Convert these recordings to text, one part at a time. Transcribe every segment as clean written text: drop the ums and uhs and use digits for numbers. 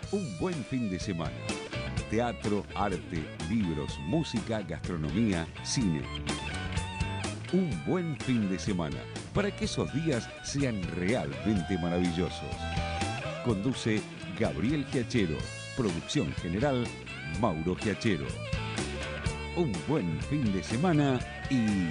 Un buen fin de semana. Teatro, arte, libros, música, gastronomía, cine. Un buen fin de semana para que esos días sean realmente maravillosos. Conduce Gabriel Giachero. Producción general, Mauro Giachero. Un buen fin de semana y...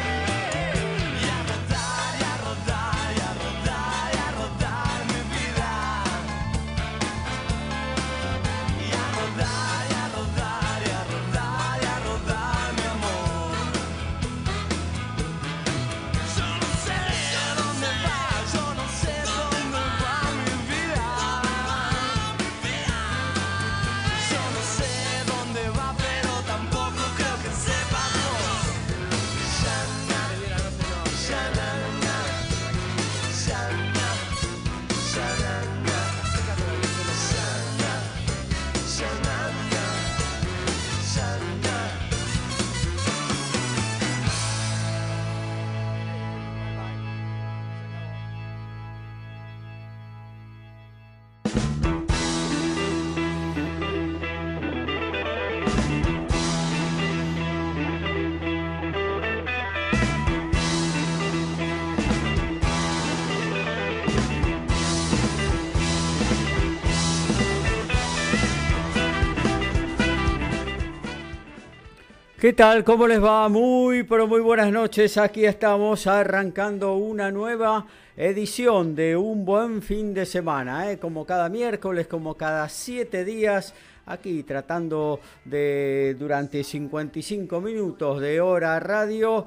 ¿Qué tal? ¿Cómo les va? Muy, pero muy buenas noches. Aquí estamos arrancando una nueva edición de Un Buen Fin de Semana, como cada miércoles, como cada 7 días, aquí tratando de, durante 55 minutos de hora radio,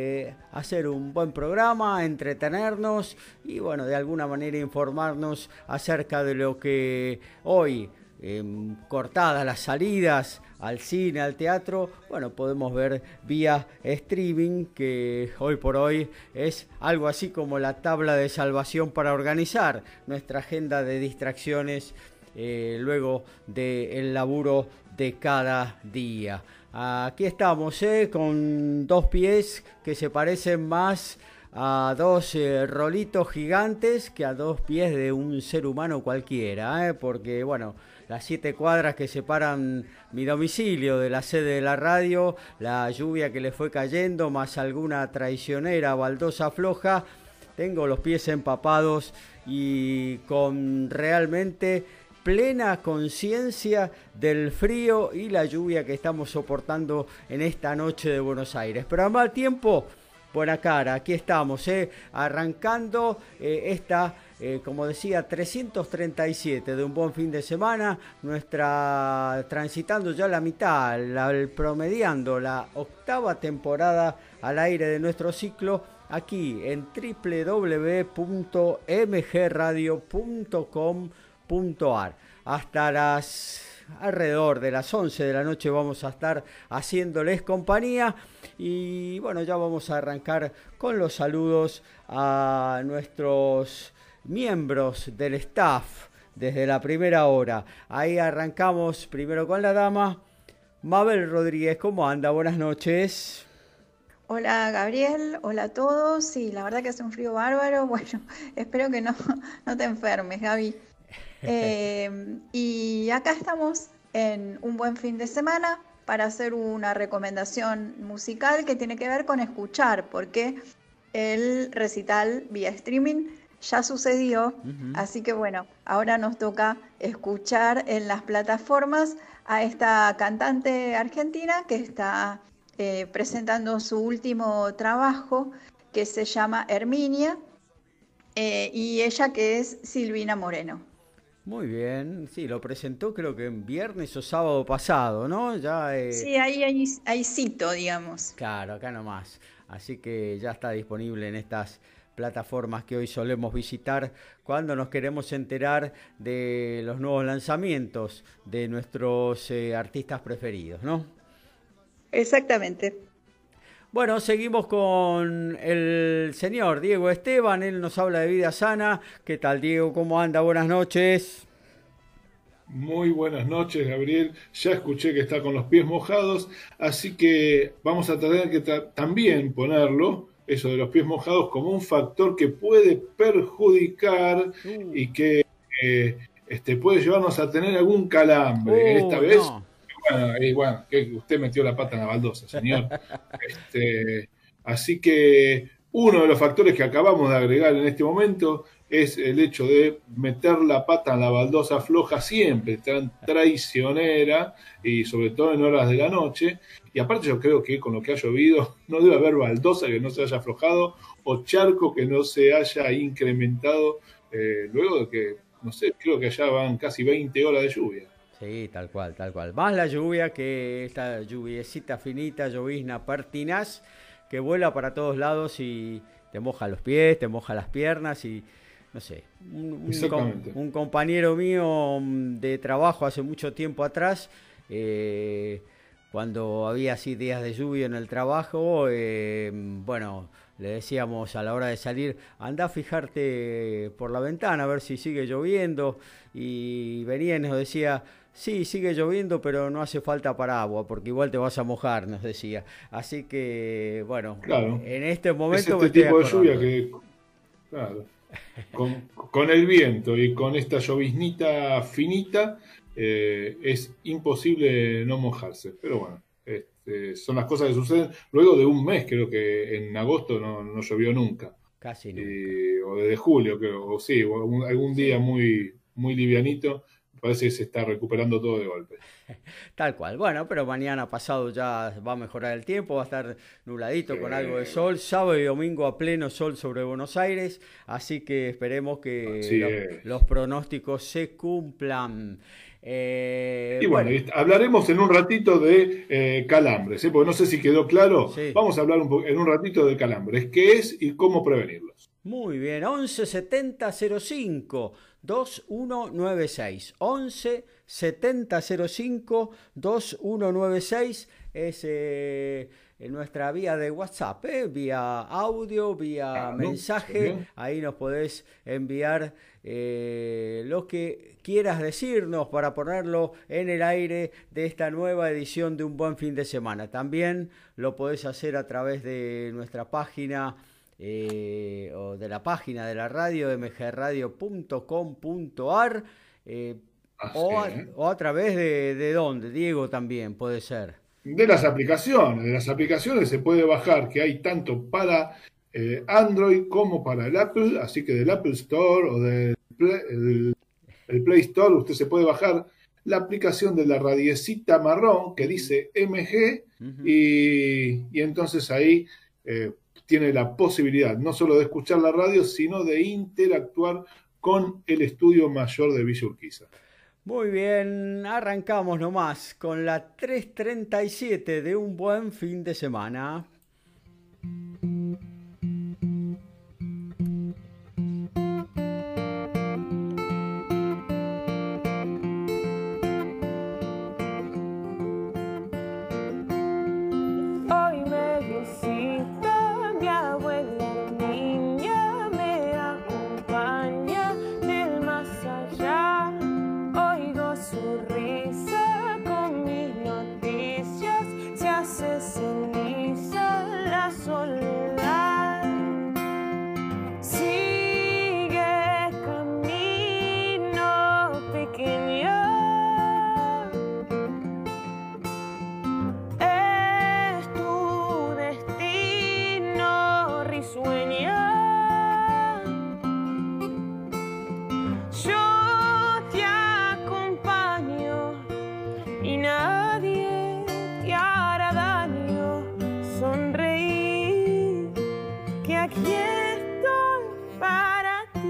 hacer un buen programa, entretenernos y, bueno, de alguna manera informarnos acerca de lo que hoy, cortadas las salidas al cine, al teatro, bueno, podemos ver vía streaming, que hoy por hoy es algo así como la tabla de salvación para organizar nuestra agenda de distracciones luego del laburo de cada día. Aquí estamos con dos pies que se parecen más a dos rolitos gigantes que a dos pies de un ser humano cualquiera, porque, bueno, las 7 cuadras que separan mi domicilio de la sede de la radio, la lluvia que le fue cayendo, más alguna traicionera baldosa floja, tengo los pies empapados y con realmente plena conciencia del frío y la lluvia que estamos soportando en esta noche de Buenos Aires. Pero a mal tiempo, buena cara, aquí estamos, arrancando esta... como decía, 337 de Un Buen Fin de Semana, transitando ya la mitad, promediando la 8ª temporada al aire de nuestro ciclo, aquí en www.mgradio.com.ar. Hasta alrededor de las 11 de la noche vamos a estar haciéndoles compañía y, bueno, ya vamos a arrancar con los saludos a nuestros miembros del staff desde la primera hora. Ahí arrancamos primero con la dama, Mabel Rodríguez. ¿Cómo anda? Buenas noches. Hola Gabriel, hola a todos. Sí, la verdad que hace un frío bárbaro. Bueno, espero que no te enfermes, Gaby. Y acá estamos en un buen fin de semana para hacer una recomendación musical que tiene que ver con escuchar, porque el recital vía streaming ya sucedió, así que, bueno, ahora nos toca escuchar en las plataformas a esta cantante argentina que está presentando su último trabajo, que se llama Herminia, y ella que es Silvina Moreno. Muy bien, sí, lo presentó creo que en viernes o sábado pasado, ¿no? Ya, Sí, ahí cito, digamos. Claro, acá nomás. Así que ya está disponible en estas plataformas que hoy solemos visitar cuando nos queremos enterar de los nuevos lanzamientos de nuestros artistas preferidos, ¿no? Exactamente. Bueno, seguimos con el señor Diego Esteban, él nos habla de vida sana. ¿Qué tal, Diego? ¿Cómo anda? Buenas noches. Muy buenas noches, Gabriel. Ya escuché que está con los pies mojados, así que vamos a tener que también ponerlo, eso de los pies mojados, como un factor que puede perjudicar y que puede llevarnos a tener algún calambre. Esta vez, No. bueno, que usted metió la pata en la baldosa, señor. Así que uno de los factores que acabamos de agregar en este momento es el hecho de meter la pata en la baldosa floja siempre, tan traicionera, y sobre todo en horas de la noche. Y aparte yo creo que con lo que ha llovido no debe haber baldosa que no se haya aflojado o charco que no se haya incrementado luego de que, no sé, creo que allá van casi 20 horas de lluvia. Sí, tal cual, tal cual. Más la lluvia que esta lluviecita finita, llovizna pertinaz, que vuela para todos lados y te moja los pies, te moja las piernas y no sé. Exactamente. Un compañero mío de trabajo hace mucho tiempo atrás, cuando había así días de lluvia en el trabajo, bueno, le decíamos a la hora de salir, anda a fijarte por la ventana a ver si sigue lloviendo, y venía y nos decía, sí, sigue lloviendo, pero no hace falta paraguas, porque igual te vas a mojar, nos decía. Así que, bueno, Claro. en este Es momento me este estoy tipo de lluvia acordando. que, claro, con el viento y con esta lloviznita finita, es imposible no mojarse. Pero bueno, son las cosas que suceden luego de un mes. Creo que en agosto no llovió nunca. Casi nunca. O desde julio, creo, o sí, o algún día Sí. muy, muy livianito. Parece que se está recuperando todo de golpe. Tal cual. Bueno, pero mañana pasado ya va a mejorar el tiempo, va a estar nubladito con algo de sol. Sábado y domingo a pleno sol sobre Buenos Aires. Así que esperemos que Así es. los pronósticos se cumplan. Y bueno, Bueno, hablaremos en un ratito de calambres, ¿eh? Porque no sé si quedó claro. sí. Vamos a hablar en un ratito de calambres, qué es y cómo prevenirlos. Muy bien, 11 70 05 2196. 11 70 05 2196 es en nuestra vía de WhatsApp, vía audio, vía Ah, ¿no? Muy mensaje. bien. Ahí nos podés enviar lo que quieras decirnos para ponerlo en el aire de esta nueva edición de Un Buen Fin de Semana. También lo podés hacer a través de nuestra página o de la página de la radio mgradio.com.ar, eh, Así es. o a través de dónde, Diego, también puede ser. De las aplicaciones se puede bajar, que hay tanto para Android como para el Apple, así que del Apple Store o del el Play Store usted se puede bajar la aplicación de la radiecita marrón que Ujú, dice MG, ujú. y entonces ahí tiene la posibilidad no solo de escuchar la radio, sino de interactuar con el estudio mayor de Villa Urquiza. Muy bien, arrancamos nomás con la 3:37 de Un Buen Fin de Semana. Hoy me visita mi abuela niña, me acompaña del más allá. Oigo su risa con mis noticias, se hace ceniza la soledad. Sigue camino pequeño. Es tu destino risueño. Yo te acompaño y nadie te hará daño. Sonreír, que aquí estoy para ti.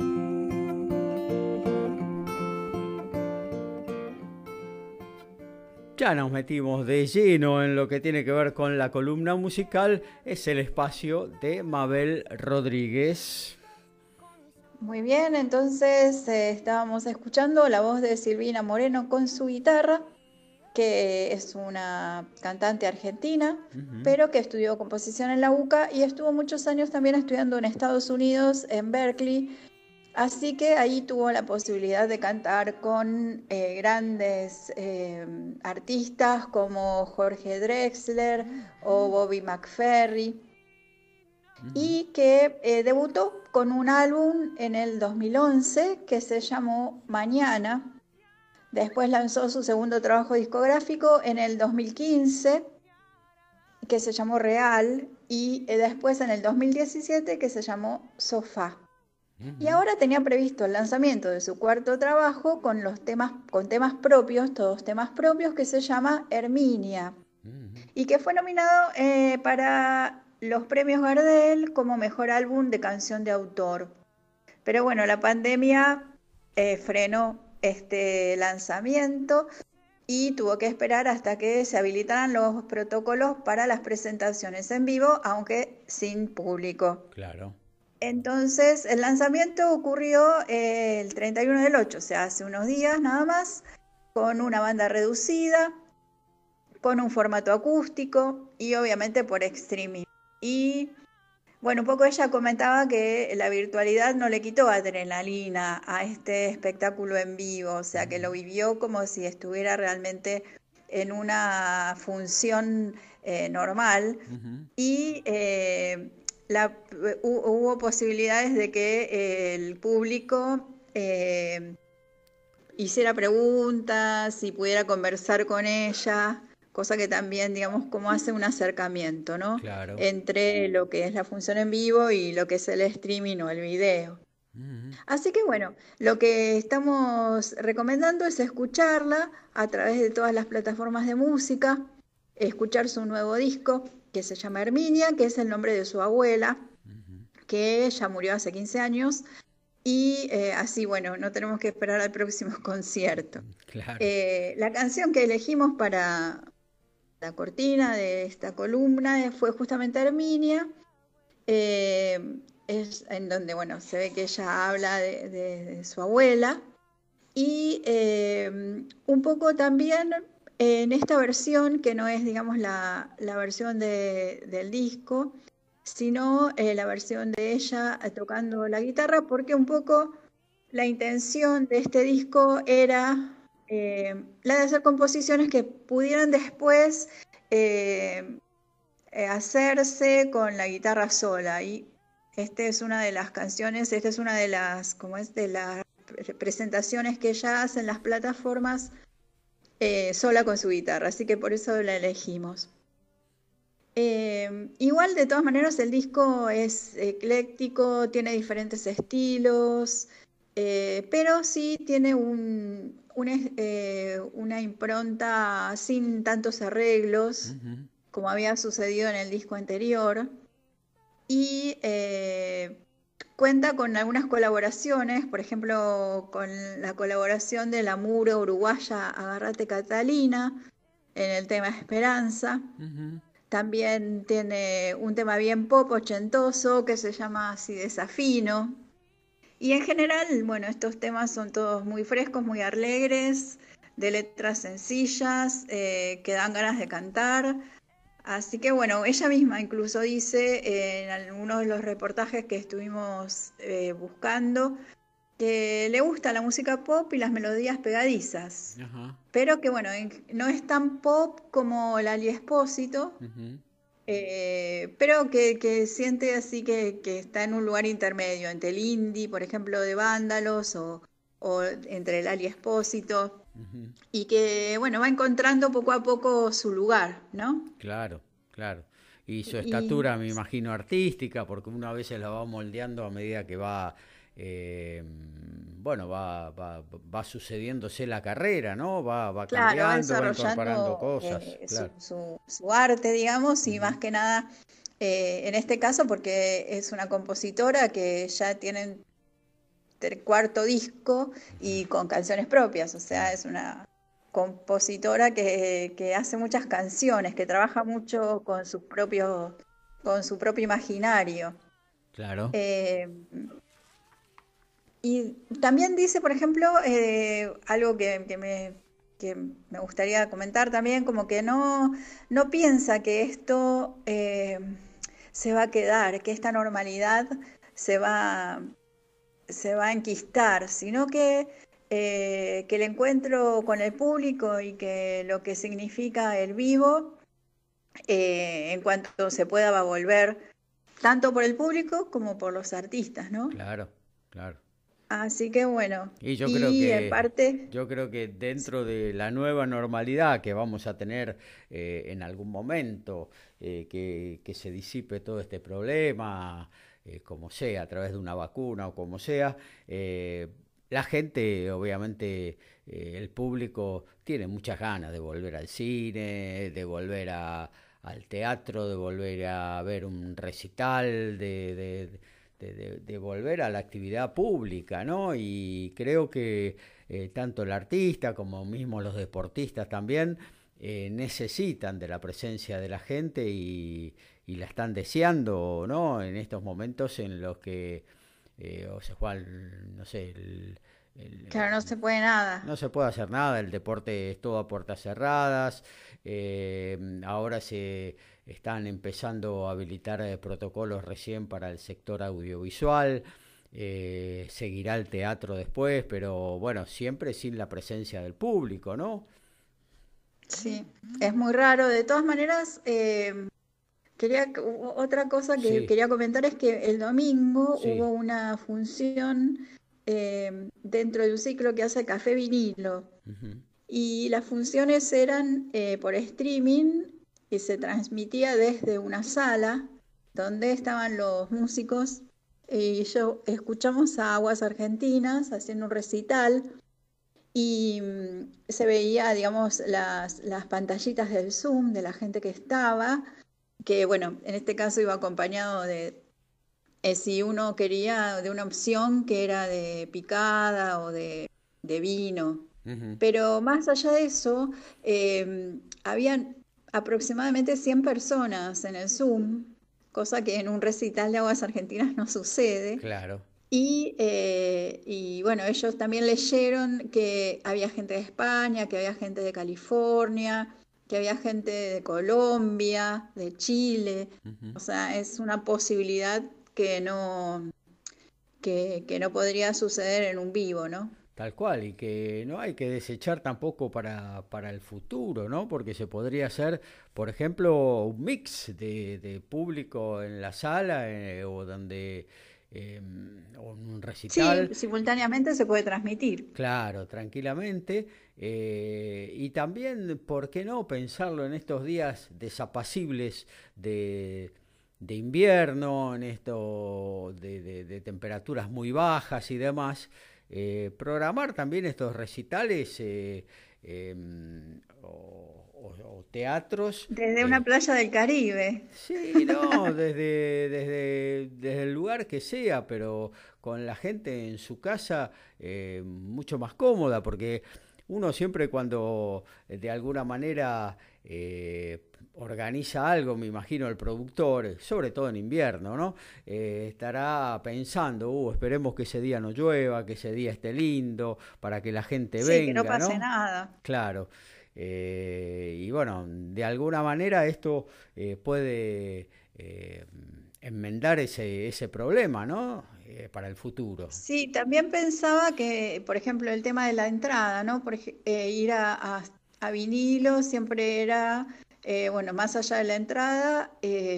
Ya nos metimos de lleno en lo que tiene que ver con la columna musical. Es el espacio de Mabel Rodríguez. Muy bien, entonces estábamos escuchando la voz de Silvina Moreno con su guitarra, que es una cantante argentina, Ujú. pero que estudió composición en la UCA y estuvo muchos años también estudiando en Estados Unidos, en Berkeley. Así que ahí tuvo la posibilidad de cantar con grandes artistas como Jorge Drexler o Bobby McFerrin, Ujú. y que debutó con un álbum en el 2011 que se llamó Mañana. Después lanzó su segundo trabajo discográfico en el 2015, que se llamó Real, y después en el 2017 que se llamó Sofá. Y ahora tenía previsto el lanzamiento de su cuarto trabajo con temas propios, todos temas propios, que se llama Herminia, y que fue nominado para los premios Gardel como mejor álbum de canción de autor. Pero bueno, la pandemia frenó este lanzamiento y tuvo que esperar hasta que se habilitaran los protocolos para las presentaciones en vivo, aunque sin público. Claro. Entonces, el lanzamiento ocurrió el 31 del 8, o sea, hace unos días nada más, con una banda reducida, con un formato acústico y obviamente por streaming. Y bueno, un poco ella comentaba que la virtualidad no le quitó adrenalina a este espectáculo en vivo, o sea, que lo vivió como si estuviera realmente en una función normal. Y hubo posibilidades de que el público hiciera preguntas y pudiera conversar con ella, cosa que también, digamos, como hace un acercamiento, ¿no? Claro. Entre lo que es la función en vivo y lo que es el streaming o el video. Así que bueno, lo que estamos recomendando es escucharla a través de todas las plataformas de música, escuchar su nuevo disco que se llama Herminia, que es el nombre de su abuela, que ya murió hace 15 años, y así, bueno, no tenemos que esperar al próximo concierto. Claro. La canción que elegimos para la cortina de esta columna fue justamente Herminia, es en donde, bueno, se ve que ella habla de su abuela, y un poco también en esta versión, que no es, digamos, la versión del disco, sino la versión de ella tocando la guitarra, porque un poco la intención de este disco era la de hacer composiciones que pudieran después hacerse con la guitarra sola. Y esta es una de las canciones, esta es una de las, de las presentaciones que ella hace en las plataformas sola con su guitarra, así que por eso la elegimos. Igual, de todas maneras, el disco es ecléctico, tiene diferentes estilos, pero sí tiene una impronta sin tantos arreglos, como había sucedido en el disco anterior, y cuenta con algunas colaboraciones, por ejemplo, con la colaboración de la muro uruguaya Agárrate Catalina en el tema Esperanza. También tiene un tema bien pop ochentoso que se llama Así Desafino. Y en general, bueno, estos temas son todos muy frescos, muy alegres, de letras sencillas, que dan ganas de cantar. Así que bueno, ella misma incluso dice en algunos de los reportajes que estuvimos buscando que le gusta la música pop y las melodías pegadizas, pero que bueno, no es tan pop como Lali Espósito, pero que siente así que está en un lugar intermedio entre el indie, por ejemplo, de Vándalos, o entre Lali Espósito. Y que, bueno, va encontrando poco a poco su lugar, ¿no? Claro, claro. Y su estatura, me imagino, artística, porque uno a veces la va moldeando a medida que va, bueno, va sucediéndose la carrera, ¿no? Va Claro, va cambiando, va incorporando desarrollando cosas. Claro. su arte, digamos, y más que nada, en este caso, porque es una compositora que ya tiene cuarto disco y con canciones propias, o sea, es una compositora que hace muchas canciones, que trabaja mucho con su propio imaginario. Claro. Y también dice, por ejemplo, algo que me gustaría comentar también, como que no piensa que esto se va a quedar, que esta normalidad se va a enquistar, sino que el encuentro con el público y que lo que significa el vivo, en cuanto se pueda, va a volver, tanto por el público como por los artistas, ¿no? Claro, claro. Así que bueno, Y y en parte, yo creo que dentro de la nueva normalidad que vamos a tener en algún momento, que se disipe todo este problema, como sea, a través de una vacuna o como sea, la gente, obviamente, el público tiene muchas ganas de volver al cine, de volver al teatro, de volver a ver un recital, de volver a la actividad pública, ¿no? Y creo que tanto el artista como mismo los deportistas también necesitan de la presencia de la gente y la están deseando, ¿no? En estos momentos en los que, o sea, Juan, no sé, claro, no se puede nada. no se puede hacer nada, el deporte es todo a puertas cerradas, ahora se están empezando a habilitar protocolos recién para el sector audiovisual, seguirá el teatro después, pero bueno, siempre sin la presencia del público, ¿no? Sí, es muy raro. De todas maneras, otra cosa que Sí, quería comentar es que el domingo hubo sí. una función dentro de un ciclo que hace Café Vinilo. Ujú, Y las funciones eran por streaming y se transmitía desde una sala donde estaban los músicos y yo escuchamos a Aguas Argentinas haciendo un recital y se veía, digamos, las pantallitas del Zoom de la gente que estaba, que bueno, en este caso iba acompañado de si uno quería de una opción que era de picada o de vino. ujú. Pero más allá de eso, habían aproximadamente 100 personas en el Zoom, cosa que en un recital de Aguas Argentinas no sucede. Claro. Y bueno, ellos también leyeron que había gente de España, que había gente de California, que había gente de Colombia, de Chile. Ujú. O sea, es una posibilidad que no podría suceder en un vivo, ¿no? Tal cual, y que no hay que desechar tampoco para el futuro, ¿no? Porque se podría hacer, por ejemplo, un mix de público en la sala o donde, o en un Sí, recital, simultáneamente se puede transmitir. claro, tranquilamente. Y también, ¿por qué no pensarlo en estos días desapacibles de, de invierno, en esto de temperaturas muy bajas y demás? Programar también estos recitales o teatros. Desde una playa del Caribe. Sí, no, desde el lugar que sea, pero con la gente en su casa mucho más cómoda, porque uno siempre cuando de alguna manera organiza algo, me imagino el productor, sobre todo en invierno, ¿no? Estará pensando, esperemos que ese día no llueva, que ese día esté lindo, para que la gente Sí, que no venga, pase ¿no? nada. Claro. Y bueno, de alguna manera esto puede enmendar ese problema, ¿no? Para el futuro. Sí, también pensaba que, por ejemplo, el tema de la entrada, ¿no? Ir a vinilo siempre era, bueno, más allá de la entrada,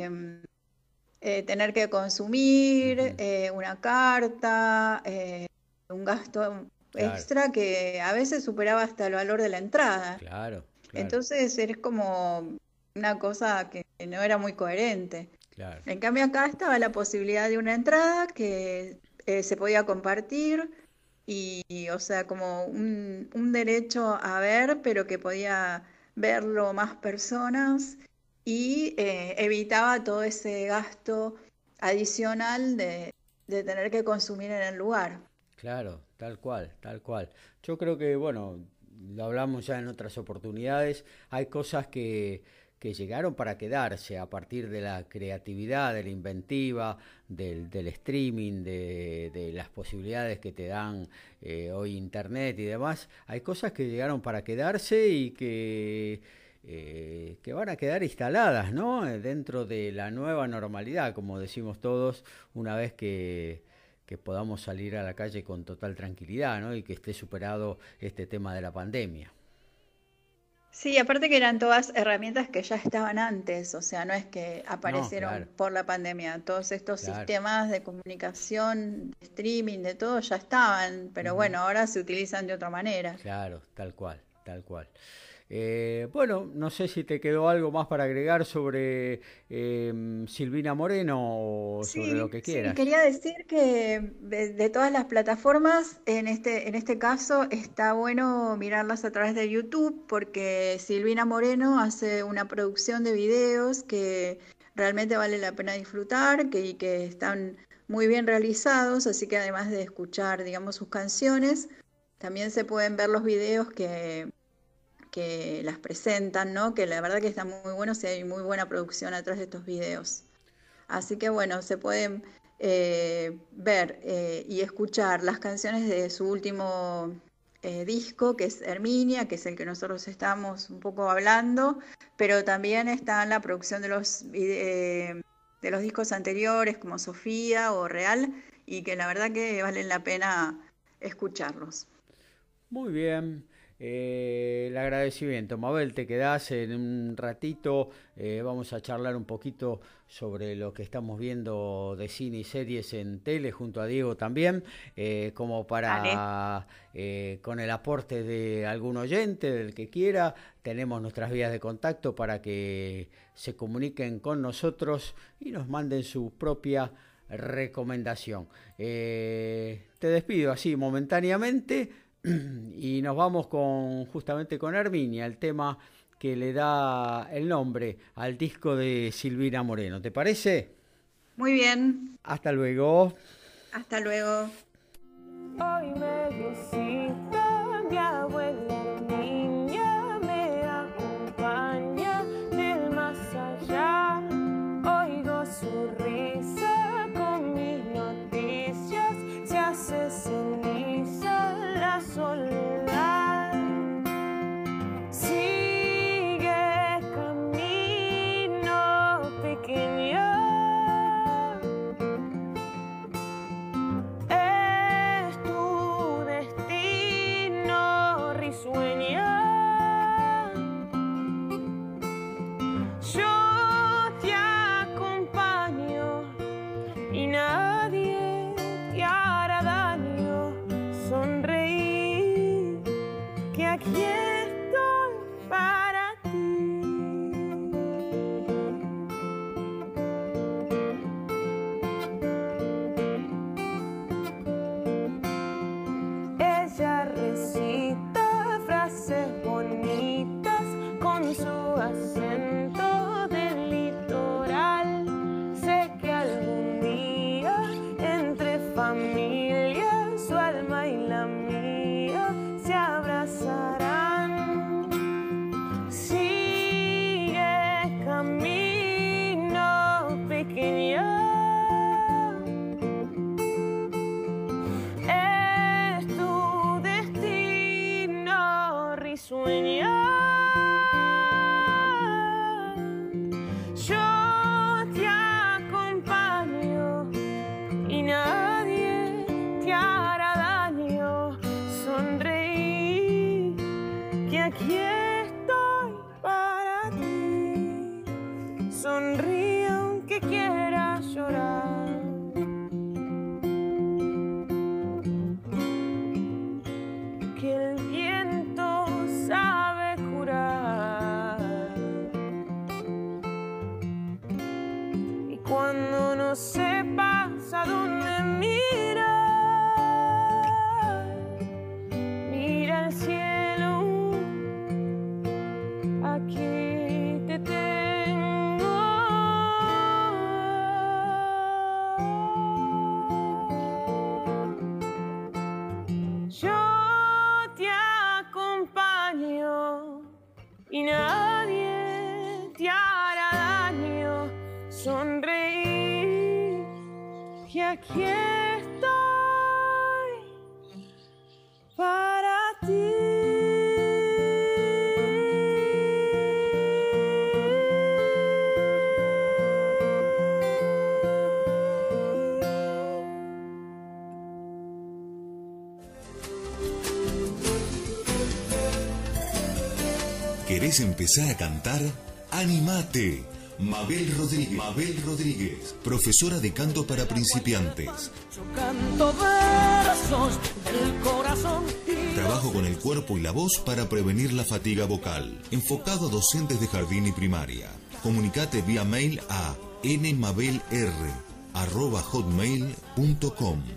tener que consumir Ujú. una carta, un gasto Claro, extra que a veces superaba hasta el valor de la entrada. claro, claro, Entonces es como una cosa que no era muy coherente. claro. En cambio acá estaba la posibilidad de una entrada que se podía compartir o sea, como un derecho a ver, pero que podía verlo más personas y evitaba todo ese gasto adicional de tener que consumir en el lugar. Claro, tal cual, tal cual. Yo creo que, bueno, lo hablamos ya en otras oportunidades, hay cosas que llegaron para quedarse a partir de la creatividad, de la inventiva, del streaming, de las posibilidades que te dan hoy Internet y demás. Hay cosas que llegaron para quedarse y que van a quedar instaladas, ¿no? Dentro de la nueva normalidad, como decimos todos, una vez que podamos salir a la calle con total tranquilidad, ¿no? Y que esté superado este tema de la pandemia. Sí, aparte que eran todas herramientas que ya estaban antes, o sea, no es que No, aparecieron claro, por la pandemia, todos estos claro. sistemas de comunicación, de streaming, de todo ya estaban, pero Ujú. bueno, ahora se utilizan de otra manera. Claro, tal cual, tal cual. Bueno, no sé si te quedó algo más para agregar sobre Silvina Moreno o sobre lo Sí, que sí, quieras. quería decir que de todas las plataformas, en este caso está bueno mirarlas a través de YouTube porque Silvina Moreno hace una producción de videos que realmente vale la pena disfrutar y que están muy bien realizados, así que además de escuchar, digamos, sus canciones, también se pueden ver los videos que las presentan, ¿no? Que la verdad que están muy buenos y hay muy buena producción atrás de estos videos. Así que bueno, se pueden ver y escuchar las canciones de su último disco, que es Herminia, que es el que nosotros estamos un poco hablando, pero también está en la producción de los discos anteriores, como Sofía o Real, y que la verdad que valen la pena escucharlos. Muy bien. El agradecimiento. Mabel, te quedás en un ratito. Vamos a charlar un poquito sobre lo que estamos viendo de cine y series en tele junto a Diego también, como Dale. para, con el aporte de algún oyente, del que quiera, tenemos nuestras vías de contacto para que se comuniquen con nosotros y nos manden su propia recomendación. Te despido así momentáneamente y nos vamos con justamente con Herminia, el tema que le da el nombre al disco de Silvina Moreno. ¿Te parece? Muy bien, Hasta luego. hasta luego. Hoy me visita mi abuela niña, me acompaña del más allá. Oigo su risa con mis noticias, se hace ceniza la soledad. Sigue camino pequeño. Es tu destino risueño. Yo te acompaño y nadie te hará daño. Sonreír, que aquí estoy para ti. Ella recita frases bonitas con su acento del litoral. Sé que algún día entre familias su alma y la mía se abrazarán. Sigue camino pequeño. Es tu destino risueño. Yo te acompaño y nadie te hará daño. Sonreír, que aquí estoy para ti. Sonríe aunque quieras llorar. Que el viento sabe curar. Y cuando no sepas a dónde mirar, mira al cielo, aquí te tengo. Yo te acompaño y nadie te hará daño. Sonreír, que aquí estoy para ti. ¿Querés empezar a cantar? ¡Animate! Mabel Rodríguez, profesora de canto para principiantes. Yo canto versos del corazón. Trabajo con el cuerpo y la voz para prevenir la fatiga vocal. Enfocado a docentes de jardín y primaria. Comunicate vía mail a nmabelr@hotmail.com.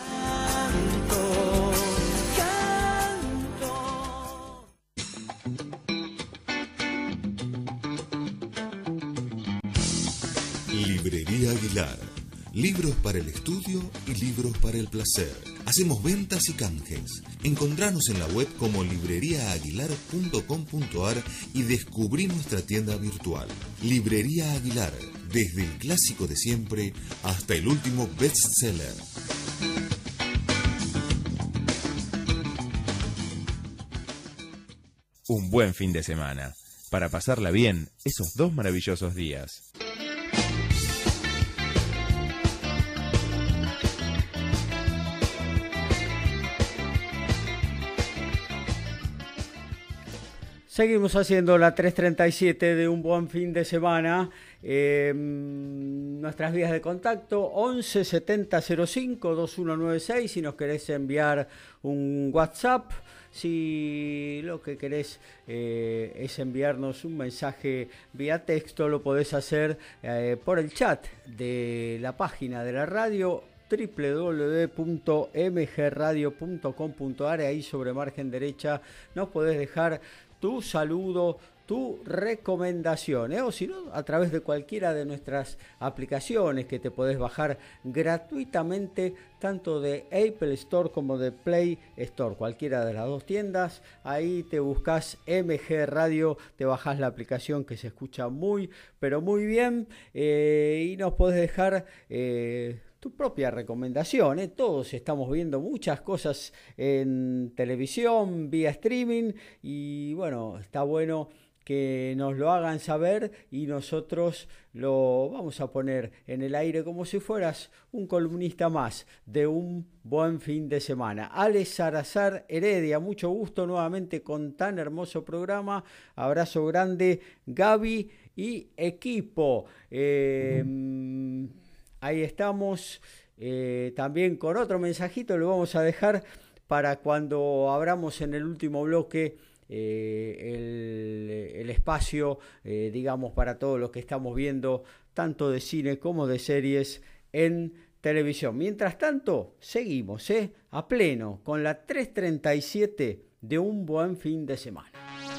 Librería Aguilar. Libros para el estudio y libros para el placer. Hacemos ventas y canjes. Encontranos en la web como libreriaaguilar.com.ar y descubrí nuestra tienda virtual. Librería Aguilar. Desde el clásico de siempre hasta el último bestseller. Un buen fin de semana. Para pasarla bien esos 2 maravillosos días. Seguimos haciendo la 3:37 de un buen fin de semana. Nuestras vías de contacto 11 70 05 2196 si nos querés enviar un WhatsApp. Si lo que querés es enviarnos un mensaje vía texto, lo podés hacer por el chat de la página de la radio www.mgradio.com.ar. Ahí sobre margen derecha nos podés dejar tu saludo, tu recomendación, o si no, a través de cualquiera de nuestras aplicaciones que te podés bajar gratuitamente, tanto de Apple Store como de Play Store, cualquiera de las dos tiendas. Ahí te buscas MG Radio, te bajás la aplicación que se escucha muy, pero muy bien, y nos podés dejar tu propia recomendación, Todos estamos viendo muchas cosas en televisión, vía streaming, y bueno, está bueno que nos lo hagan saber y nosotros lo vamos a poner en el aire como si fueras un columnista más de un buen fin de semana. Alex Salazar Heredia, mucho gusto nuevamente con tan hermoso programa. Abrazo grande, Gaby y equipo. Ahí estamos, también con otro mensajito, lo vamos a dejar para cuando abramos en el último bloque el espacio, digamos, para todos los que estamos viendo, tanto de cine como de series en televisión. Mientras tanto, seguimos a pleno con la 3:37 de un buen fin de semana.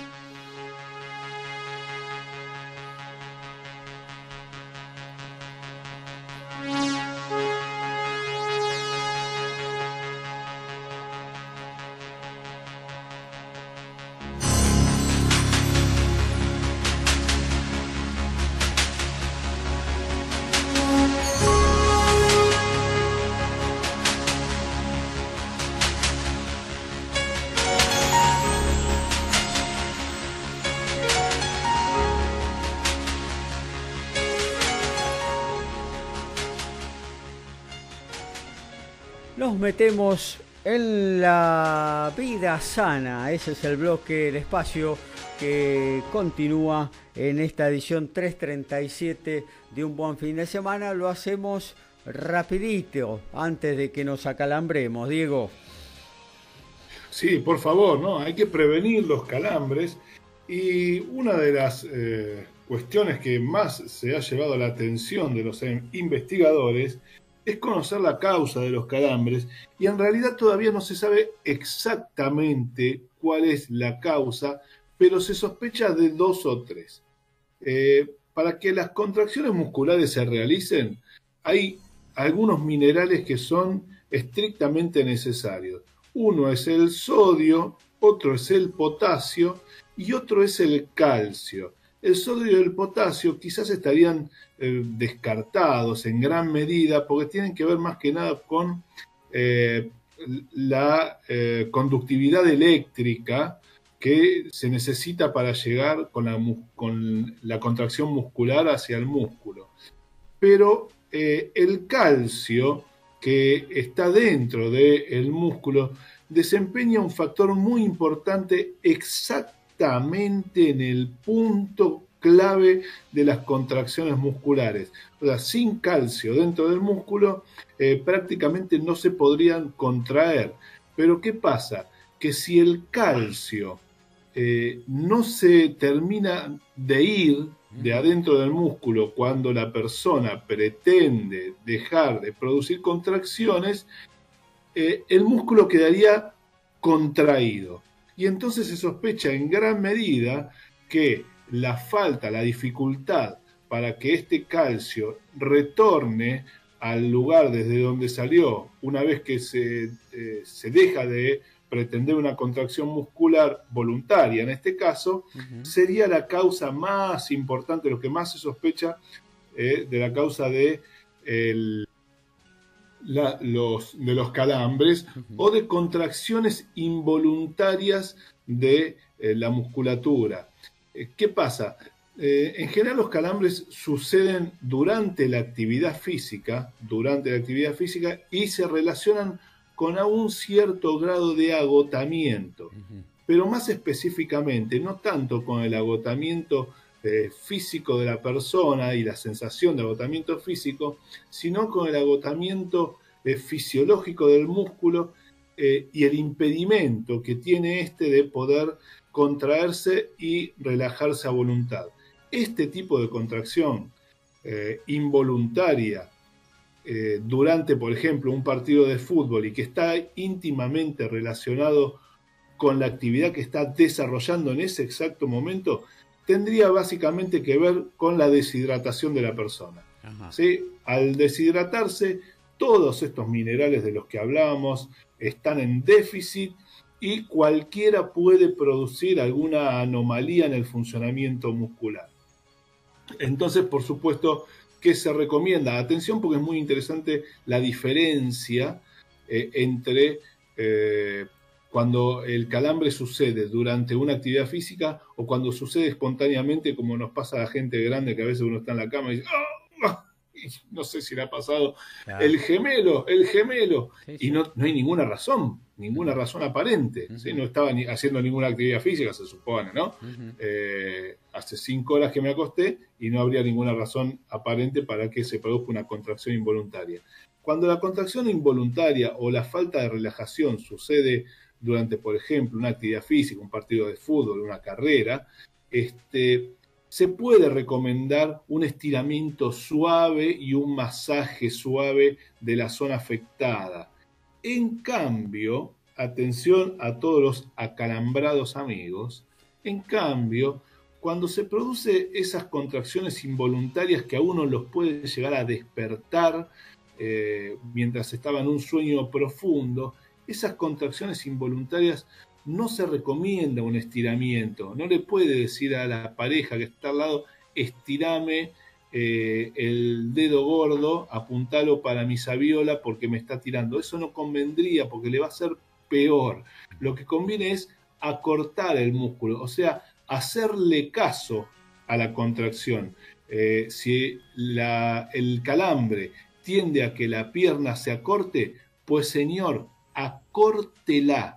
Nos metemos en la vida sana. Ese es el bloque, el espacio que continúa en esta edición 3:37 de un buen fin de semana. Lo hacemos rapidito, antes de que nos acalambremos, Diego. Sí, por favor, ¿no? Hay que prevenir los calambres. Y una de las cuestiones que más se ha llevado a la atención de los investigadores es conocer la causa de los calambres, y en realidad todavía no se sabe exactamente cuál es la causa, pero se sospecha de 2 o 3. Para que las contracciones musculares se realicen, hay algunos minerales que son estrictamente necesarios. Uno es el sodio, otro es el potasio y otro es el calcio. El sodio y el potasio quizás estarían descartados en gran medida porque tienen que ver más que nada con la conductividad eléctrica que se necesita para llegar con la contracción muscular hacia el músculo. Pero el calcio que está dentro del músculo desempeña un factor muy importante exactamente en el punto clave de las contracciones musculares. O sea, sin calcio dentro del músculo prácticamente no se podrían contraer. Pero ¿qué pasa? Que si el calcio no se termina de ir de adentro del músculo cuando la persona pretende dejar de producir contracciones, el músculo quedaría contraído. Y entonces se sospecha en gran medida que la falta, la dificultad para que este calcio retorne al lugar desde donde salió, una vez que se deja de pretender una contracción muscular voluntaria, en este caso, sería la causa más importante, lo que más se sospecha de la causa de los calambres o de contracciones involuntarias de la musculatura. ¿Qué pasa? En general los calambres suceden durante la actividad física y se relacionan con un cierto grado de agotamiento, pero más específicamente, no tanto con el agotamiento físico de la persona y la sensación de agotamiento físico, sino con el agotamiento fisiológico del músculo y el impedimento que tiene este de poder contraerse y relajarse a voluntad. Este tipo de contracción involuntaria durante, por ejemplo, un partido de fútbol y que está íntimamente relacionado con la actividad que está desarrollando en ese exacto momento, tendría básicamente que ver con la deshidratación de la persona. ¿Sí? Al deshidratarse, todos estos minerales de los que hablábamos están en déficit y cualquiera puede producir alguna anomalía en el funcionamiento muscular. Entonces, por supuesto, ¿qué se recomienda? Atención, porque es muy interesante la diferencia entre cuando el calambre sucede durante una actividad física o cuando sucede espontáneamente, como nos pasa a la gente grande, que a veces uno está en la cama y dice, ¡oh! No sé si le ha pasado, claro. el gemelo, sí, sí. Y no hay ninguna razón aparente, ¿sí? No estaba haciendo ninguna actividad física, se supone, ¿no? Hace 5 horas que me acosté y no habría ninguna razón aparente para que se produzca una contracción involuntaria. Cuando la contracción involuntaria o la falta de relajación sucede durante, por ejemplo, una actividad física, un partido de fútbol, una carrera, se puede recomendar un estiramiento suave y un masaje suave de la zona afectada. En cambio, atención a todos los acalambrados amigos, en cambio, cuando se produce esas contracciones involuntarias que a uno los puede llegar a despertar mientras estaba en un sueño profundo, esas contracciones involuntarias no se recomienda un estiramiento. No le puede decir a la pareja que está al lado, estirame el dedo gordo, apuntalo para mi sabiola porque me está tirando. Eso no convendría porque le va a ser peor. Lo que conviene es acortar el músculo, o sea, hacerle caso a la contracción. Si el calambre tiende a que la pierna se acorte, pues señor, acórtela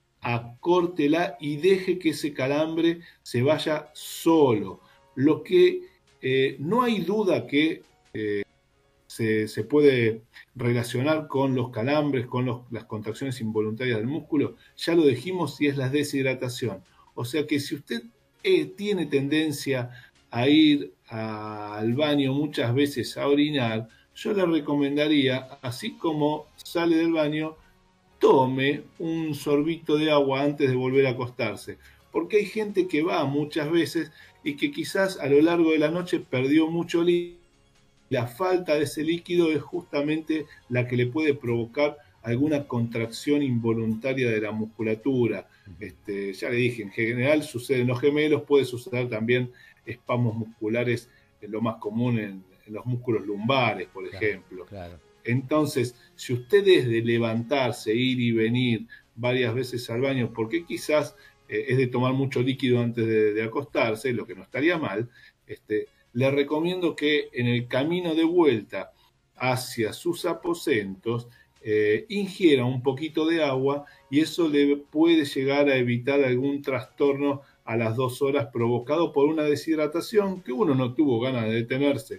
y deje que ese calambre se vaya solo. Lo que no hay duda que se puede relacionar con los calambres, con las contracciones involuntarias del músculo, ya lo dijimos, y es la deshidratación. O sea que si usted tiene tendencia a ir al baño muchas veces a orinar, yo le recomendaría, así como sale del baño, tome un sorbito de agua antes de volver a acostarse, porque hay gente que va muchas veces y que quizás a lo largo de la noche perdió mucho líquido. La falta de ese líquido es justamente la que le puede provocar alguna contracción involuntaria de la musculatura. Ya le dije, en general sucede en los gemelos, puede suceder también espasmos musculares, lo más común en los músculos lumbares, por ejemplo. Claro. Entonces, si usted es de levantarse, ir y venir varias veces al baño, porque quizás es de tomar mucho líquido antes de acostarse, lo que no estaría mal, le recomiendo que en el camino de vuelta hacia sus aposentos ingiera un poquito de agua y eso le puede llegar a evitar algún trastorno a las 2 horas provocado por una deshidratación que uno no tuvo ganas de detenerse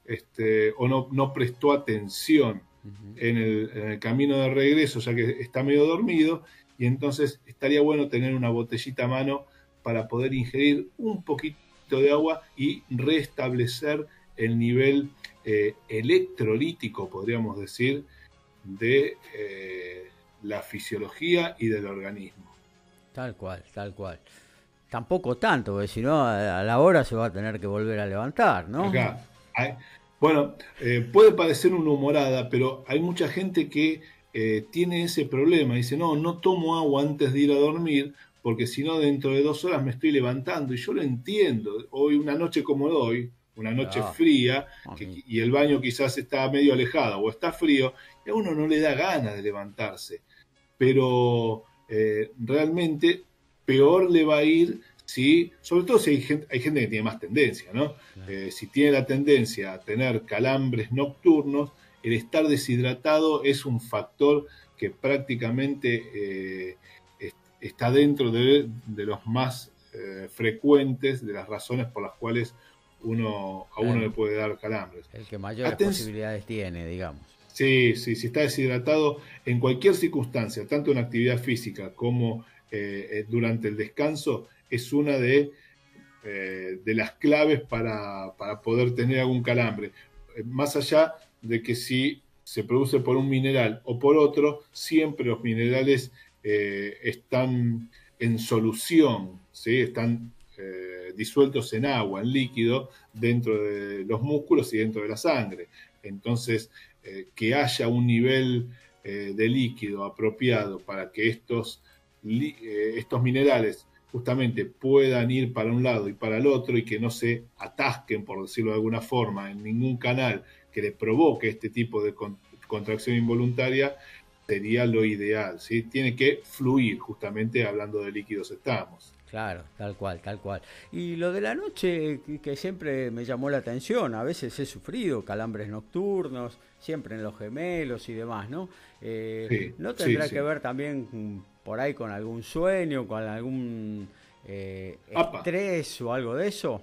o no prestó atención en el camino de regreso, ya que está medio dormido, y entonces estaría bueno tener una botellita a mano para poder ingerir un poquito de agua y restablecer el nivel electrolítico, podríamos decir, de la fisiología y del organismo. Tal cual, tal cual. Tampoco tanto, porque si no, a la hora se va a tener que volver a levantar, ¿no? Acá, bueno, puede parecer una humorada, pero hay mucha gente que tiene ese problema. Dice, no tomo agua antes de ir a dormir, porque si no, dentro de 2 horas me estoy levantando. Y yo lo entiendo. Hoy, una noche como hoy, una noche fría, y el baño quizás está medio alejado o está frío, y a uno no le da ganas de levantarse. Pero realmente peor le va a ir si, sobre todo si hay gente que tiene más tendencia, ¿no? Claro. Si tiene la tendencia a tener calambres nocturnos, el estar deshidratado es un factor que prácticamente está dentro de los más frecuentes, de las razones por las cuales a uno le puede dar calambres. El que mayores posibilidades tiene, digamos. Sí, si está deshidratado en cualquier circunstancia, tanto en actividad física como durante el descanso, es una de las claves para poder tener algún calambre. Más allá de que si se produce por un mineral o por otro, siempre los minerales están en solución, ¿sí? Están disueltos en agua, en líquido, dentro de los músculos y dentro de la sangre. Entonces, que haya un nivel de líquido apropiado para que estos minerales justamente puedan ir para un lado y para el otro y que no se atasquen, por decirlo de alguna forma, en ningún canal que le provoque este tipo de contracción involuntaria, sería lo ideal, ¿sí? Tiene que fluir, justamente hablando de líquidos estamos. Claro, tal cual, tal cual. Y lo de la noche, que siempre me llamó la atención, a veces he sufrido calambres nocturnos, siempre en los gemelos y demás, ¿no? Sí, ¿no tendrá que ver también por ahí con algún sueño, con algún estrés o algo de eso?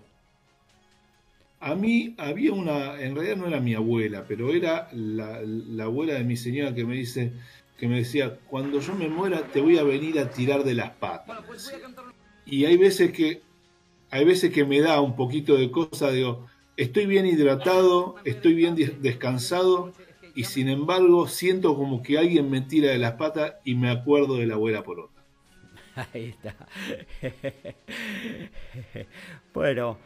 A mí había en realidad no era mi abuela, pero era la abuela de mi señora que me decía, cuando yo me muera te voy a venir a tirar de las patas. Y hay veces que me da un poquito de cosa, digo, estoy bien hidratado, estoy bien descansado, y sin embargo siento como que alguien me tira de las patas y me acuerdo de la abuela por otra. Ahí está. Bueno,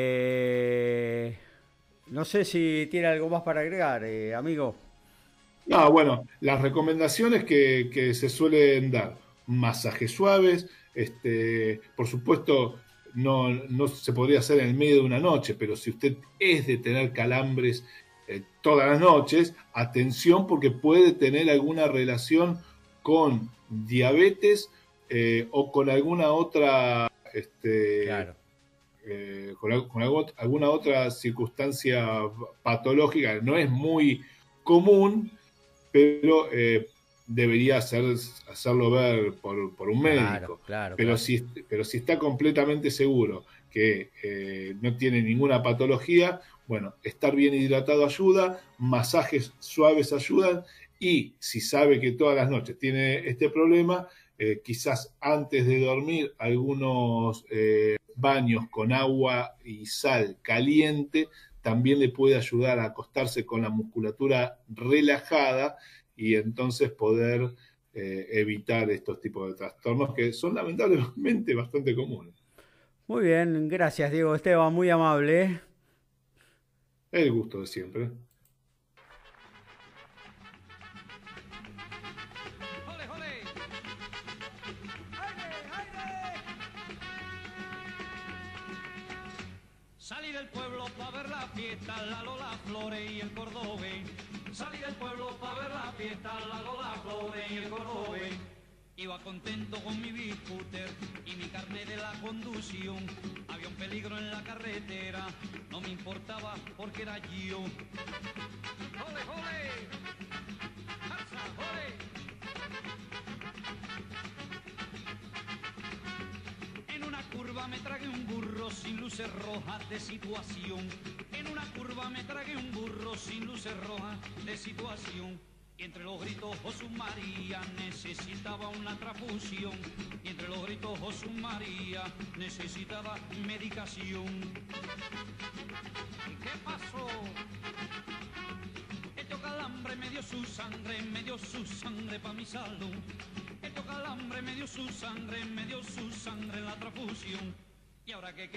no sé si tiene algo más para agregar, amigo. No, bueno, las recomendaciones que se suelen dar, masajes suaves, por supuesto no se podría hacer en el medio de una noche, pero si usted es de tener calambres todas las noches, atención porque puede tener alguna relación con diabetes o con alguna otra claro. con alguna otra circunstancia patológica. No es muy común, pero debería hacerlo ver por un médico. Claro, pero si está completamente seguro que no tiene ninguna patología, bueno, estar bien hidratado ayuda, masajes suaves ayudan, y si sabe que todas las noches tiene este problema, quizás antes de dormir algunos baños con agua y sal caliente también le puede ayudar a acostarse con la musculatura relajada y entonces poder evitar estos tipos de trastornos que son lamentablemente bastante comunes. Muy bien, gracias Diego Esteban, muy amable. El gusto de siempre. Salí del pueblo pa' ver la fiesta, la Lola Flores y el Cordobés. Salí del pueblo pa' ver la fiesta, la Lola Flores y el Cordobés. Iba contento con mi bicúter y mi carnet de la conducción. Había un peligro en la carretera, no me importaba porque era yo. ¡Jole, jole! ¡Alza, jole! curva me tragué un burro sin luces rojas de situación. En una curva me tragué un burro sin luces rojas de situación. Y entre los gritos Jesús María necesitaba una transfusión. Y entre los gritos Jesús María necesitaba medicación. ¿Y qué pasó? Este calambre me dio su sangre pa' mi salud. Este calambre me dio su sangre la transfusión. Y ahora que.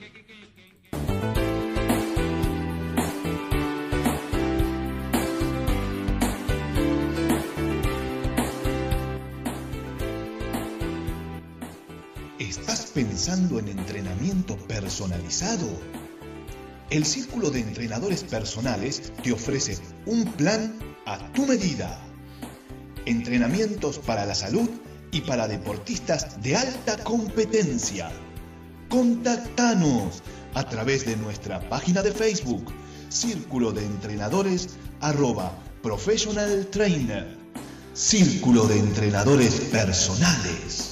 ¿Estás pensando en entrenamiento personalizado? El Círculo de Entrenadores Personales te ofrece un plan a tu medida. Entrenamientos para la salud y para deportistas de alta competencia. Contactanos a través de nuestra página de Facebook, Círculo de Entrenadores @Professional Trainer. Círculo de Entrenadores Personales.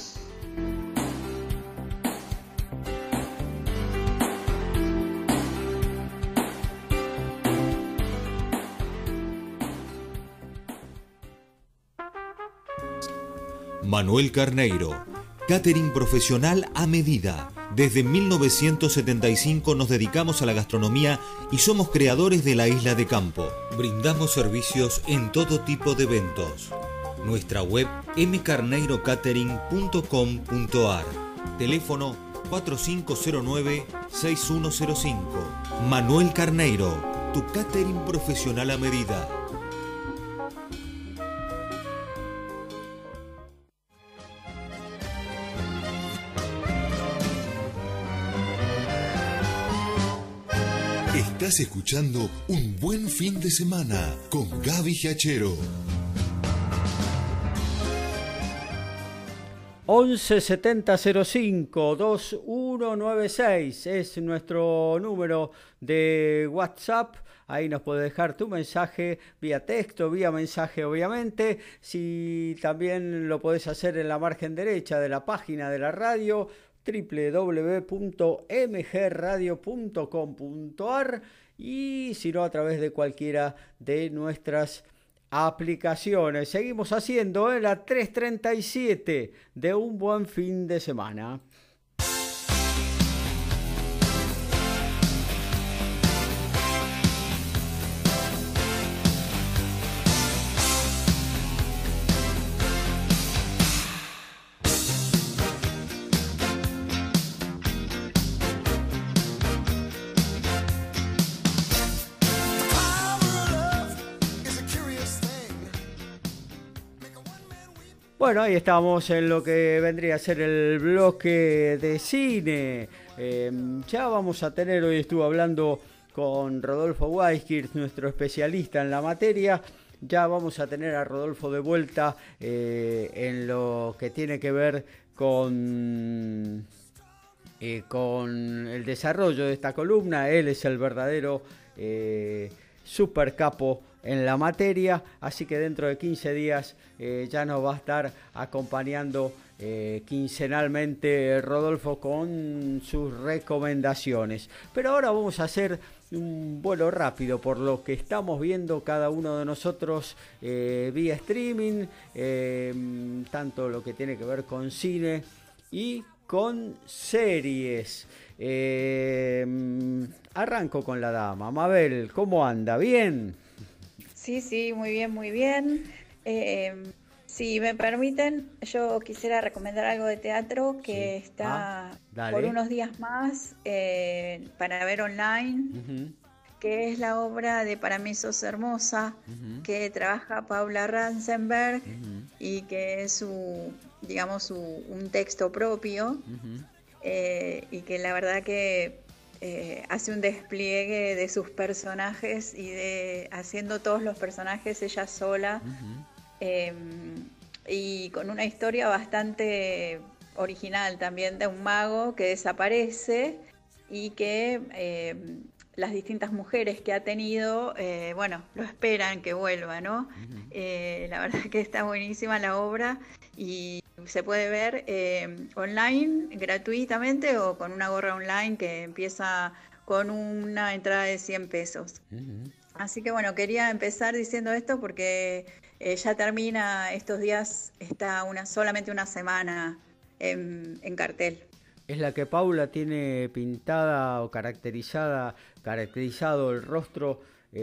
Manuel Carneiro, catering profesional a medida. Desde 1975 nos dedicamos a la gastronomía y somos creadores de la Isla de Campo. Brindamos servicios en todo tipo de eventos. Nuestra web mcarneirocatering.com.ar. Teléfono 4509-6105. Manuel Carneiro, tu catering profesional a medida. Estás escuchando Un Buen Fin de Semana con Gaby Giachero. 11 70 05 2196 es nuestro número de WhatsApp. Ahí nos puedes dejar tu mensaje vía texto, vía mensaje obviamente. Si también lo podés hacer en la margen derecha de la página de la radio, www.mgradio.com.ar, y si no a través de cualquiera de nuestras aplicaciones. Seguimos haciendo la 3:37 de Un Buen Fin de Semana. Bueno, ahí estamos en lo que vendría a ser el bloque de cine. Ya vamos a tener, hoy estuve hablando con Rodolfo Weiskirch, nuestro especialista en la materia. Ya vamos a tener a Rodolfo de vuelta en lo que tiene que ver con el desarrollo de esta columna. Él es el verdadero super capo en la materia, así que dentro de 15 días ya nos va a estar acompañando quincenalmente Rodolfo con sus recomendaciones. Pero ahora vamos a hacer un vuelo rápido por lo que estamos viendo cada uno de nosotros vía streaming, tanto lo que tiene que ver con cine y con series. Arranco con la dama. Mabel, ¿cómo anda? ¿Bien? Sí, muy bien, muy bien. Si me permiten, yo quisiera recomendar algo de teatro que está por unos días más para ver online, que es la obra de Para mí sos hermosa, que trabaja Paula Ransenberg y que es un texto propio, y que la verdad que hace un despliegue de sus personajes y haciendo todos los personajes ella sola, y con una historia bastante original también de un mago que desaparece y que las distintas mujeres que ha tenido, bueno, lo esperan que vuelva, ¿no? La verdad que está buenísima la obra y se puede ver online gratuitamente o con una gorra online que empieza con una entrada de 100 pesos. Así que bueno, quería empezar diciendo esto porque ya termina estos días, está solamente una semana en cartel. Es la que Paula tiene pintada o caracterizado el rostro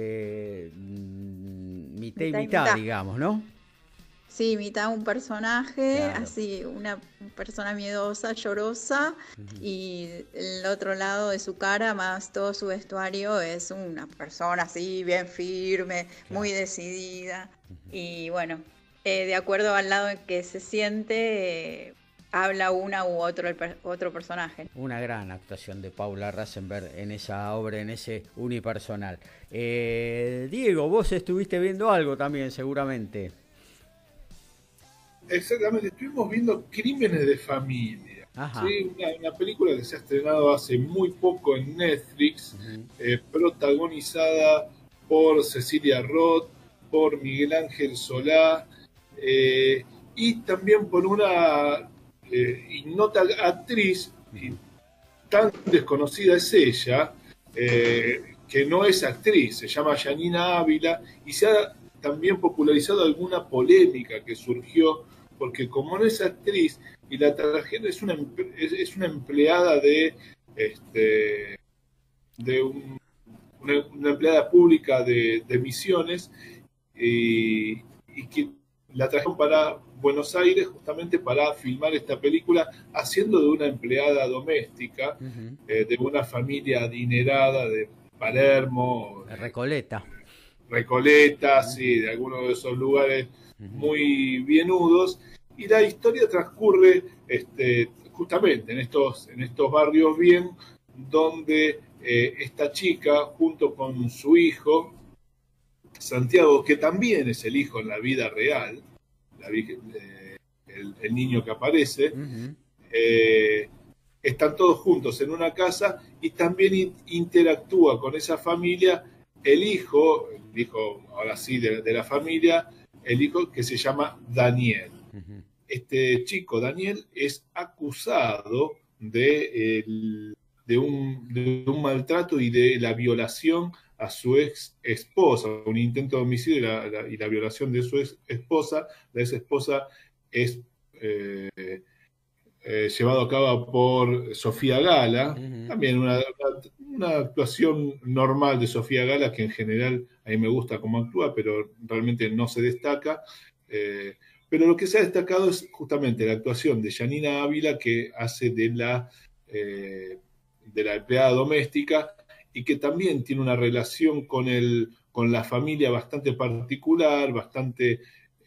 mitad y mitad, digamos, ¿no? Sí, mitad un personaje, claro. Así, una persona miedosa, llorosa, y el otro lado de su cara, más todo su vestuario, es una persona así, bien firme, muy decidida. Y bueno, de acuerdo al lado en que se siente, habla una u otro personaje. Una gran actuación de Paula Rasenberg en esa obra, en ese unipersonal. Diego, vos estuviste viendo algo también, seguramente. Exactamente, estuvimos viendo Crímenes de Familia. ¿Sí? Una película que se ha estrenado hace muy poco en Netflix, protagonizada por Cecilia Roth, por Miguel Ángel Solá, y también por una ignota actriz, tan desconocida es ella, que no es actriz, se llama Yanina Ávila, y se ha también popularizado alguna polémica que surgió, porque como no es actriz, y la tragedia es una empleada una empleada pública de Misiones, y que la trajeron para Buenos Aires justamente para filmar esta película, haciendo de una empleada doméstica, de una familia adinerada de Palermo, Recoleta, sí, de algunos de esos lugares muy bienudos, y la historia transcurre justamente en estos barrios bien, donde esta chica, junto con su hijo, Santiago, que también es el hijo en la vida real, el niño que aparece, están todos juntos en una casa y también interactúa con esa familia el hijo ahora sí de la familia, el hijo que se llama Daniel. Este chico, Daniel, es acusado de un maltrato y de la violación a su ex esposa, un intento de homicidio y la violación de su ex esposa. La ex esposa es llevado a cabo por Sofía Gala, también una actuación normal de Sofía Gala, que en general a mí me gusta cómo actúa, pero realmente no se destaca. Pero lo que se ha destacado es justamente la actuación de Yanina Ávila, que hace de la empleada doméstica, y que también tiene una relación con la familia bastante particular, bastante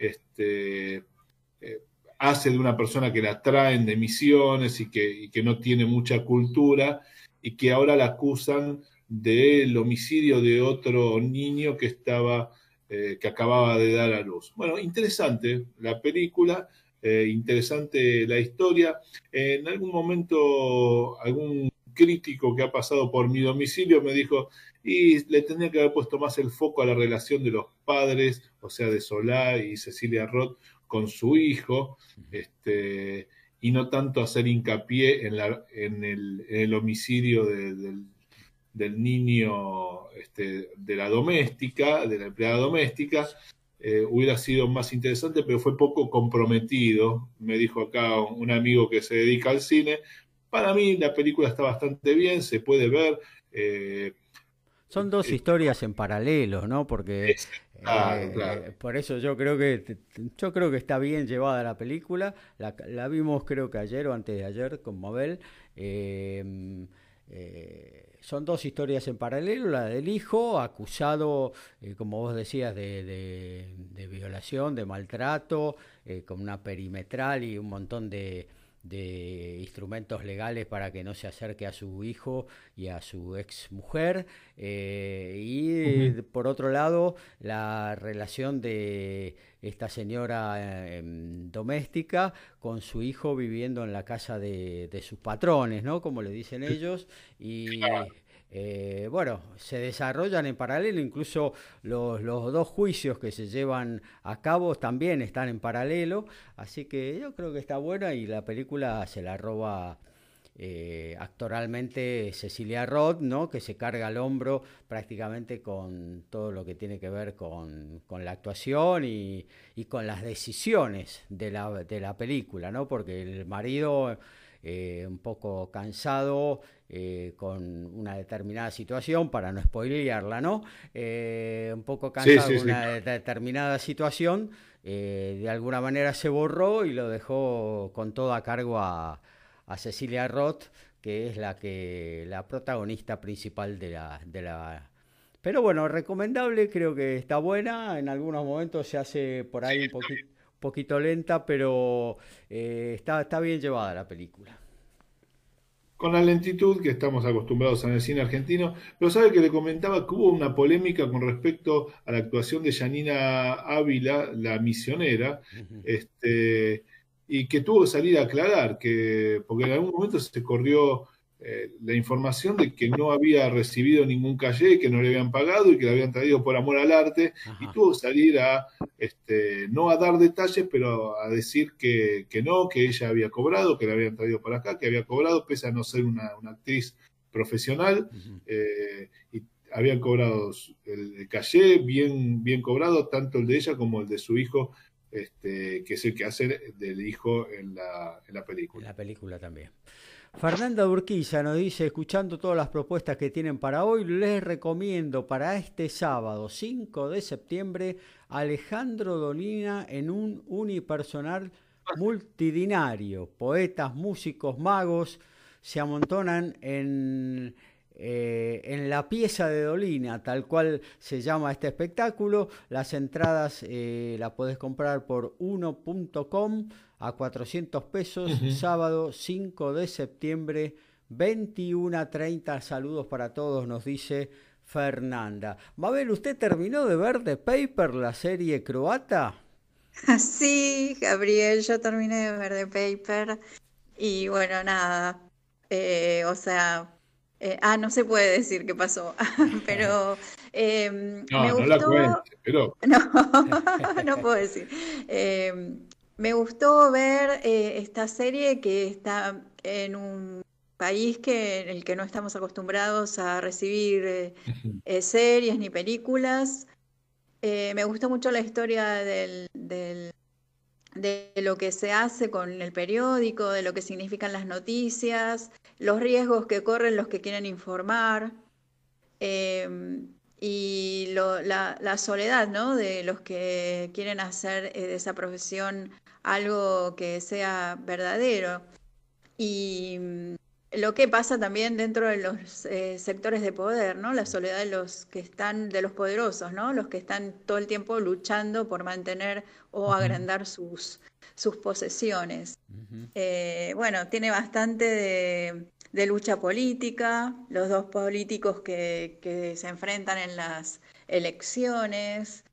hace de una persona que la traen de Misiones y que no tiene mucha cultura, y que ahora la acusan del homicidio de otro niño que acababa de dar a luz. Bueno, interesante la película, interesante la historia. En algún momento, algún crítico que ha pasado por Mi Domicilio me dijo, y le tendría que haber puesto más el foco a la relación de los padres, o sea, de Solá y Cecilia Roth con su hijo, y no tanto hacer hincapié en el homicidio del niño, de la doméstica, de la empleada doméstica. Hubiera sido más interesante, pero fue poco comprometido, me dijo acá un amigo que se dedica al cine. Para mí la película está bastante bien, se puede ver. Son dos historias en paralelo, ¿no? Porque claro. por eso yo creo que está bien llevada la película. La vimos creo que ayer o antes de ayer con Mabel. Son dos historias en paralelo, la del hijo acusado, como vos decías, de violación, de maltrato, con una perimetral y un montón de instrumentos legales para que no se acerque a su hijo y a su ex mujer, por otro lado la relación de esta señora doméstica con su hijo viviendo en la casa de sus patrones, ¿no? Como le dicen ellos, y bueno, se desarrollan en paralelo, incluso los dos juicios que se llevan a cabo también están en paralelo, así que yo creo que está buena y la película se la roba actoralmente Cecilia Roth, ¿no? Que se carga al hombro prácticamente con todo lo que tiene que ver con la actuación y con las decisiones de la película, ¿no? Porque el marido un poco cansado con una determinada situación, para no spoilearla, ¿no? Un poco cansado con una determinada situación, de alguna manera se borró y lo dejó con todo a cargo a Cecilia Roth, que es la protagonista principal de la. Pero bueno, recomendable, creo que está buena, en algunos momentos se hace por ahí un poquito lenta, pero está bien llevada la película. Con la lentitud que estamos acostumbrados en el cine argentino, pero sabe que le comentaba que hubo una polémica con respecto a la actuación de Yanina Ávila, la misionera, y que tuvo que salir a aclarar, porque en algún momento se corrió la información de que no había recibido ningún caché, que no le habían pagado y que le habían traído por amor al arte. Ajá. Y tuvo que salir no a dar detalles, pero a decir que no, que ella había cobrado, que le habían traído para acá, que había cobrado, pese a no ser una actriz profesional. Uh-huh. Y habían cobrado el caché, bien cobrado, tanto el de ella como el de su hijo, que es el que hace del hijo en la película. En la película también. Fernanda Urquiza nos dice, escuchando todas las propuestas que tienen para hoy, les recomiendo para este sábado 5 de septiembre Alejandro Dolina en un unipersonal multidinario. Poetas, músicos, magos se amontonan en la pieza de Dolina, tal cual se llama este espectáculo. Las entradas las podés comprar por uno.com a 400 pesos, uh-huh. Sábado 5 de septiembre, 21:30. Saludos para todos, nos dice Fernanda. Mabel, ¿usted terminó de ver The Paper, la serie croata? Sí, Gabriel, yo terminé de ver The Paper y bueno, nada, no se puede decir qué pasó, pero me gustó. No la cuente, pero... No puedo decir. Me gustó ver esta serie que está en un país en el que no estamos acostumbrados a recibir series ni películas. Me gustó mucho la historia de lo que se hace con el periódico, de lo que significan las noticias, los riesgos que corren los que quieren informar, y la soledad, ¿no?, de los que quieren hacer de esa profesión algo que sea verdadero. Y lo que pasa también dentro de los sectores de poder, ¿no? La soledad de los que están, de los poderosos, ¿no? Los que están todo el tiempo luchando por mantener o agrandar sus posesiones. Uh-huh. Bueno, tiene bastante de lucha política, los dos políticos que se enfrentan en las elecciones.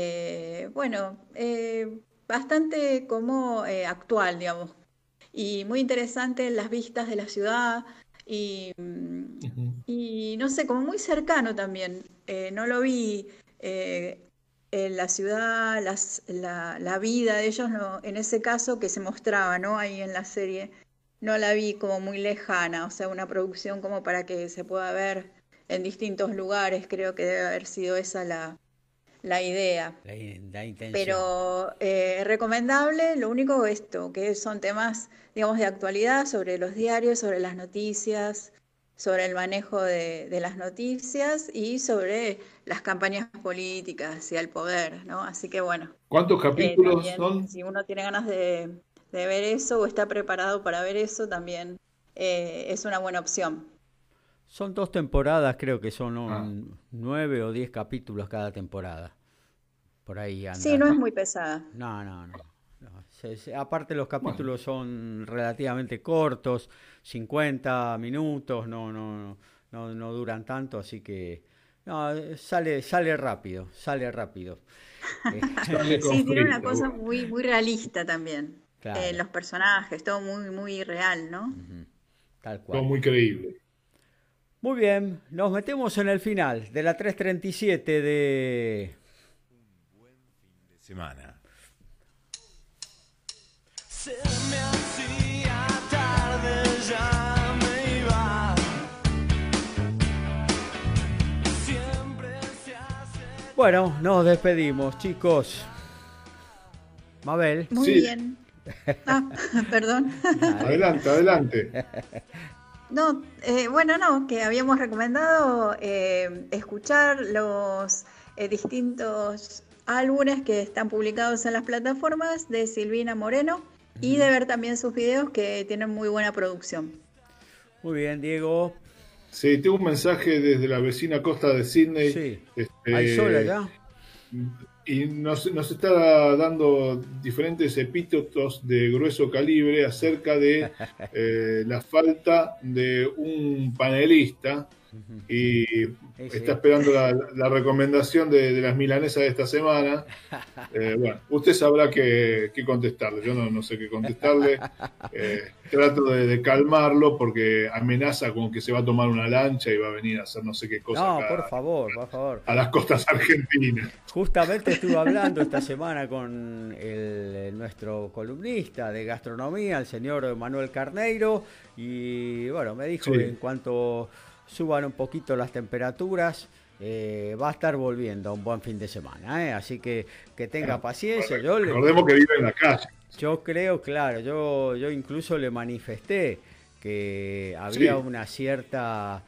Bastante como actual, digamos. Y muy interesante las vistas de la ciudad y no sé, como muy cercano también. No lo vi en la ciudad, la vida de ellos, no, en ese caso que se mostraba, ¿no?, ahí en la serie, no la vi como muy lejana, o sea, una producción como para que se pueda ver en distintos lugares. Creo que debe haber sido esa la idea. La intención. Pero recomendable, lo único que son temas, digamos, de actualidad, sobre los diarios, sobre las noticias, sobre el manejo de las noticias y sobre las campañas políticas y el poder, ¿no? Así que bueno. ¿Cuántos capítulos son? Si uno tiene ganas de ver eso o está preparado para ver eso, también es una buena opción. Son 2 temporadas, creo que son 9 o 10 capítulos cada temporada. Por ahí anda. Sí, no es muy pesada. No. Aparte los capítulos son relativamente cortos, 50 minutos, no duran tanto, así que sale rápido. Sí, tiene una cosa muy, muy realista también. Claro. Los personajes, todo muy, muy real, ¿no? Uh-huh. Tal cual. Todo muy creíble. Muy bien, nos metemos en el final de la 337 de semana. Se me hacía tarde, ya me iba. Siempre se hace. Bueno, nos despedimos, chicos. Mabel. Muy bien. Ah, perdón. Adelante, adelante. No, bueno, no, que habíamos recomendado escuchar los distintos álbumes que están publicados en las plataformas de Silvina Moreno y de ver también sus videos que tienen muy buena producción. Muy bien, Diego. Sí, tengo un mensaje desde la vecina costa de Sydney. Sí. ¿Hay sol allá? Y nos está dando diferentes epítetos de grueso calibre acerca de la falta de un panelista y está esperando la recomendación de las milanesas de esta semana. Bueno, usted sabrá qué contestarle. Yo no sé qué contestarle. Trato de calmarlo porque amenaza con que se va a tomar una lancha y va a venir a hacer no sé qué cosa. No, acá, por favor. a las costas argentinas. Justamente estuve hablando esta semana con nuestro columnista de gastronomía, el señor Manuel Carneiro, y bueno, me dijo que en cuanto suban un poquito las temperaturas, va a estar volviendo a un buen fin de semana, así que tenga paciencia. Recordemos que vive en la calle. Yo creo, claro, yo incluso le manifesté que había una cierta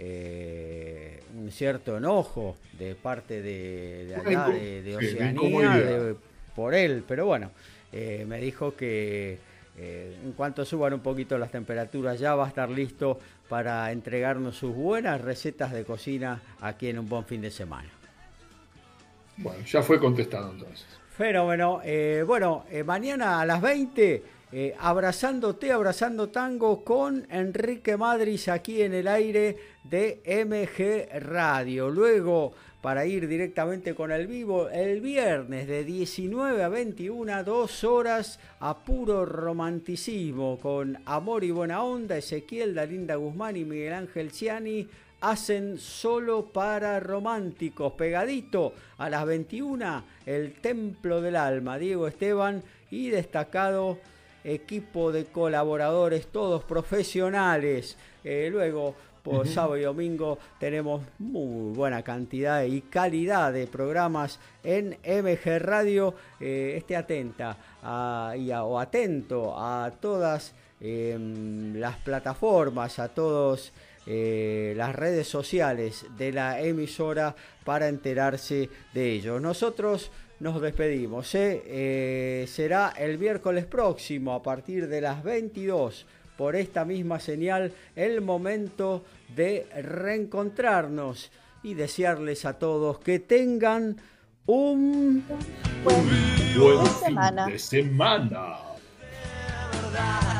un cierto enojo de parte de allá de Oceanía por él, pero bueno, me dijo que en cuanto suban un poquito las temperaturas ya va a estar listo para entregarnos sus buenas recetas de cocina aquí en un buen fin de semana. Bueno, ya fue contestado entonces. Fenómeno. Mañana a las 20, Abrazando Tango con Enrique Madris aquí en el aire de MG Radio. Luego, para ir directamente con el vivo, el viernes de 19 a 21, 2 horas a puro romanticismo con Amor y Buena Onda, Ezequiel, Dalinda Guzmán y Miguel Ángel Ciani. Hacen solo para románticos. Pegadito a las 21, el Templo del Alma, Diego Esteban y destacado equipo de colaboradores, todos profesionales. Luego, por sábado y domingo, tenemos muy buena cantidad y calidad de programas en MG Radio. Esté atenta o atento a todas las plataformas, a todos las redes sociales de la emisora para enterarse de ello. Nosotros nos despedimos. Será el miércoles próximo a partir de las 22 por esta misma señal el momento de reencontrarnos y desearles a todos que tengan un buen fin de semana. De semana.